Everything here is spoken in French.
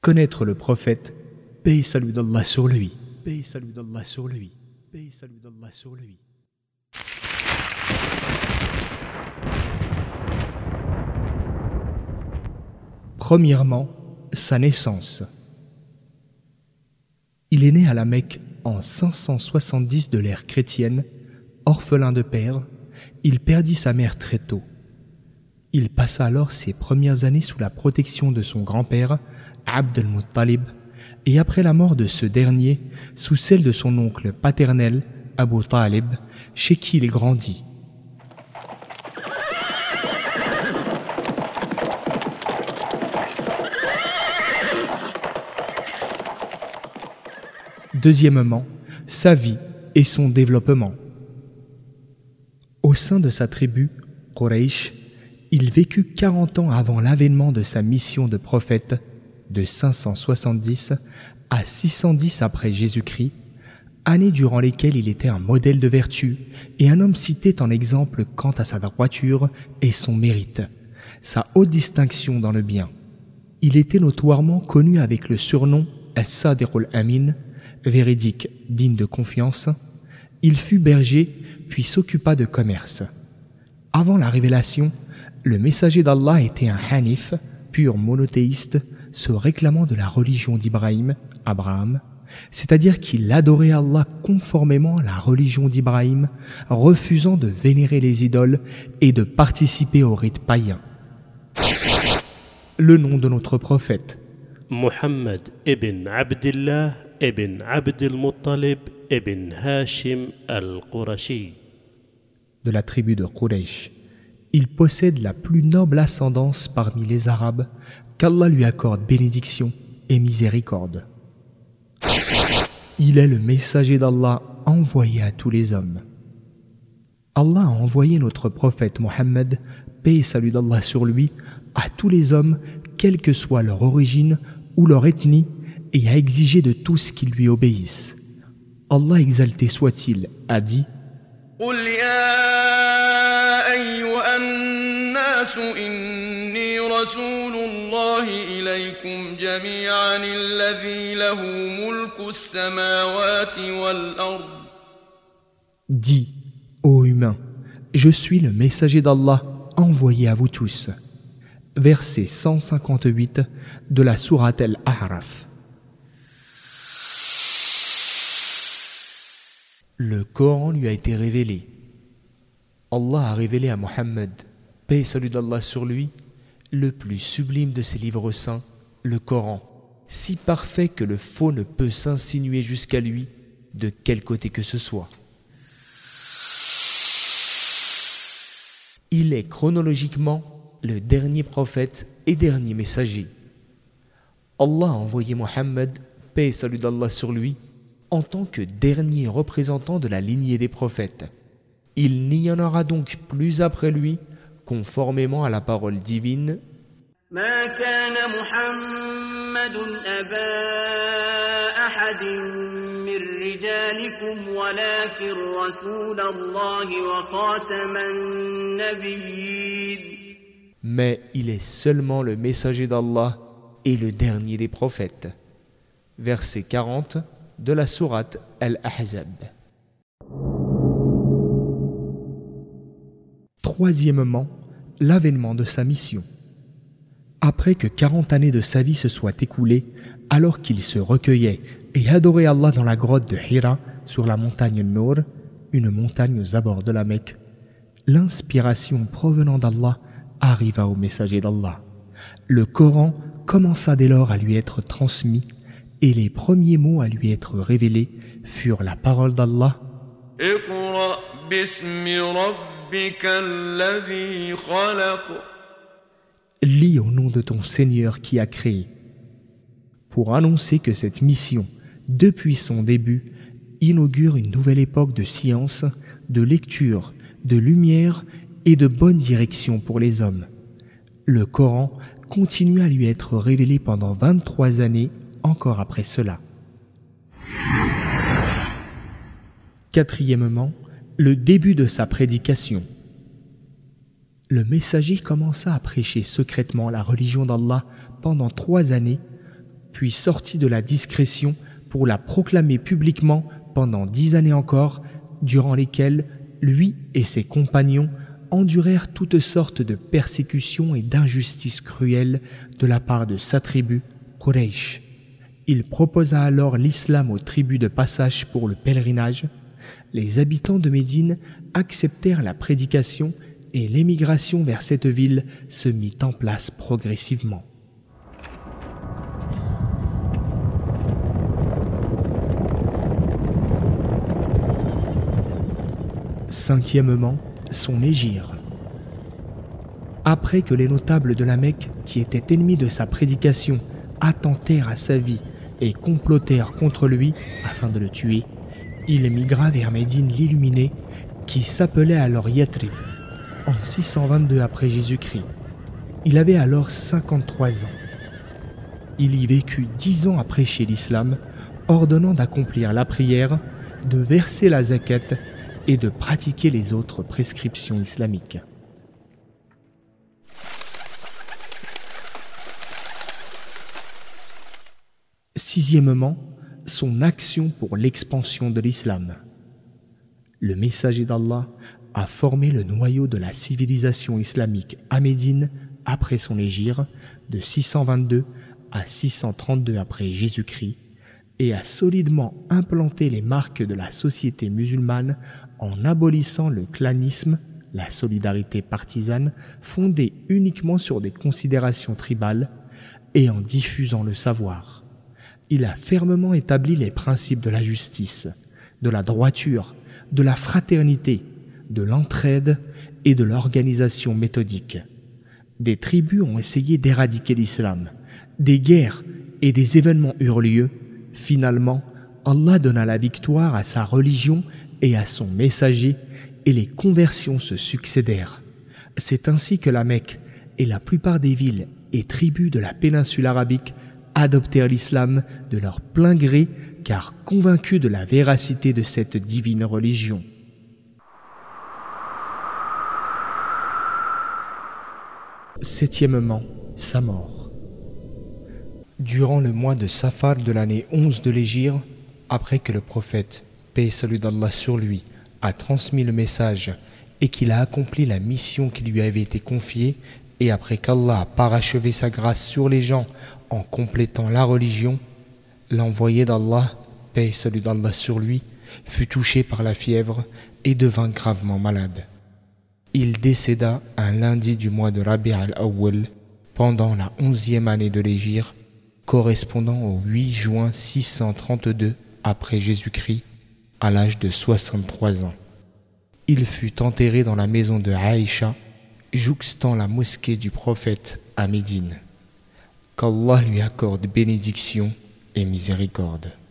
connaître le prophète, paix et salut d'Allah sur lui, paix et salut d'Allah sur lui, paix et salut d'Allah sur lui. Premièrement, sa naissance. Il est né à la Mecque en 570 de l'ère chrétienne, orphelin de père. Il perdit sa mère très tôt. Il passa alors ses premières années sous la protection de son grand-père, Abd al-Muttalib, et après la mort de ce dernier, sous celle de son oncle paternel, Abu Talib, chez qui il grandit. Deuxièmement, sa vie et son développement. Au sein de sa tribu, Quraysh, il vécut 40 ans avant l'avènement de sa mission de prophète, de 570 à 610 après Jésus-Christ, années durant lesquelles il était un modèle de vertu et un homme cité en exemple quant à sa droiture et son mérite, sa haute distinction dans le bien. Il était notoirement connu avec le surnom As-Sadiq al-Amin, véridique, digne de confiance. Il fut berger, puis s'occupa de commerce. Avant la révélation, le messager d'Allah était un Hanif, pur monothéiste, se réclamant de la religion d'Ibrahim, Abraham, c'est-à-dire qu'il adorait Allah conformément à la religion d'Ibrahim, refusant de vénérer les idoles et de participer aux rites païens. Le nom de notre prophète. Muhammad ibn Abdillah ibn Abd al-Muttalib ibn Hashim al-Qurashi. De la tribu de Quraysh. Il possède la plus noble ascendance parmi les Arabes, qu'Allah lui accorde bénédiction et miséricorde. Il est le messager d'Allah envoyé à tous les hommes. Allah a envoyé notre prophète Mohammed, paix et salut d'Allah sur lui, à tous les hommes, quelle que soit leur origine ou leur ethnie, et a exigé de tous qu'ils lui obéissent. Allah exalté soit-il a dit: قل يا أيها الناس إني رسول الله إليكم جميعا الذي له ملك السماوات والأرض. Dis, ô humains, je suis le messager d'Allah envoyé à vous tous. Verset 158 de la sourate Al-A'raf. Le Coran lui a été révélé. Allah a révélé à Mohammed, paix et salut d'Allah sur lui, le plus sublime de ses livres saints, le Coran, si parfait que le faux ne peut s'insinuer jusqu'à lui de quel côté que ce soit. Il est chronologiquement le dernier prophète et dernier messager. Allah a envoyé Mohammed, paix et salut d'Allah sur lui, en tant que dernier représentant de la lignée des prophètes. Il n'y en aura donc plus après lui, conformément à la parole divine. ما كان محمد أبا أحد من رجالكم ولكن رسول الله وخاتم النبيين. Mais il est seulement le messager d'Allah et le dernier des prophètes. Verset 40 de la sourate Al-Ahzab. Troisièmement, l'avènement de sa mission. Après que 40 années de sa vie se soient écoulées, alors qu'il se recueillait et adorait Allah dans la grotte de Hira, sur la montagne Nour, une montagne aux abords de la Mecque, l'inspiration provenant d'Allah arriva au messager d'Allah. Le Coran commença dès lors à lui être transmis et les premiers mots à lui être révélés furent la parole d'Allah. اقرأ باسم ربك الذي خلق. Lis au nom de ton Seigneur qui a créé. Pour annoncer que cette mission, depuis son début, inaugure une nouvelle époque de science, de lecture, de lumière et de bonne direction pour les hommes. Le Coran continue à lui être révélé pendant 23 années encore après cela. Quatrièmement, le début de sa prédication. Le messager commença à prêcher secrètement la religion d'Allah pendant 3 années, puis sortit de la discrétion pour la proclamer publiquement pendant 10 années encore, durant lesquelles lui et ses compagnons endurèrent toutes sortes de persécutions et d'injustices cruelles de la part de sa tribu, Quraysh. Il proposa alors l'islam aux tribus de passage pour le pèlerinage. Les habitants de Médine acceptèrent la prédication et l'émigration vers cette ville se mit en place progressivement. Cinquièmement, son hégire. Après que les notables de la Mecque, qui étaient ennemis de sa prédication, attentèrent à sa vie et complotèrent contre lui afin de le tuer, il émigra vers Médine l'illuminé, qui s'appelait alors Yathrib, en 622 après Jésus-Christ. Il avait alors 53 ans. Il y vécut 10 ans à prêcher l'islam, ordonnant d'accomplir la prière, de verser la zakat et de pratiquer les autres prescriptions islamiques. Sixièmement, son action pour l'expansion de l'islam. Le messager d'Allah a formé le noyau de la civilisation islamique à Médine après son hégire de 622 à 632 après Jésus-Christ et a solidement implanté les marques de la société musulmane en abolissant le clanisme, la solidarité partisane fondée uniquement sur des considérations tribales, et en diffusant le savoir. Il a fermement établi les principes de la justice, de la droiture, de la fraternité, de l'entraide et de l'organisation méthodique. Des tribus ont essayé d'éradiquer l'islam. Des guerres et des événements eurent lieu. Finalement, Allah donna la victoire à sa religion et à son messager, et les conversions se succédèrent. C'est ainsi que la Mecque et la plupart des villes et tribus de la péninsule arabique adoptèrent l'islam de leur plein gré, car convaincus de la véracité de cette divine religion. Septièmement, sa mort. Durant le mois de Safar de l'année 11 de l'Hégire, après que le prophète, paix et salut d'Allah sur lui, a transmis le message et qu'il a accompli la mission qui lui avait été confiée, et après qu'Allah a parachevé sa grâce sur les gens en complétant la religion, l'envoyé d'Allah, paix et salut d'Allah sur lui, fut touché par la fièvre et devint gravement malade. Il décéda un lundi du mois de Rabi' al-Awwal pendant la 11e année de l'Hégire, correspondant au 8 juin 632 après Jésus-Christ, à l'âge de 63 ans. Il fut enterré dans la maison de Aïcha, jouxtant la mosquée du prophète à Médine. Qu'Allah lui accorde bénédiction et miséricorde.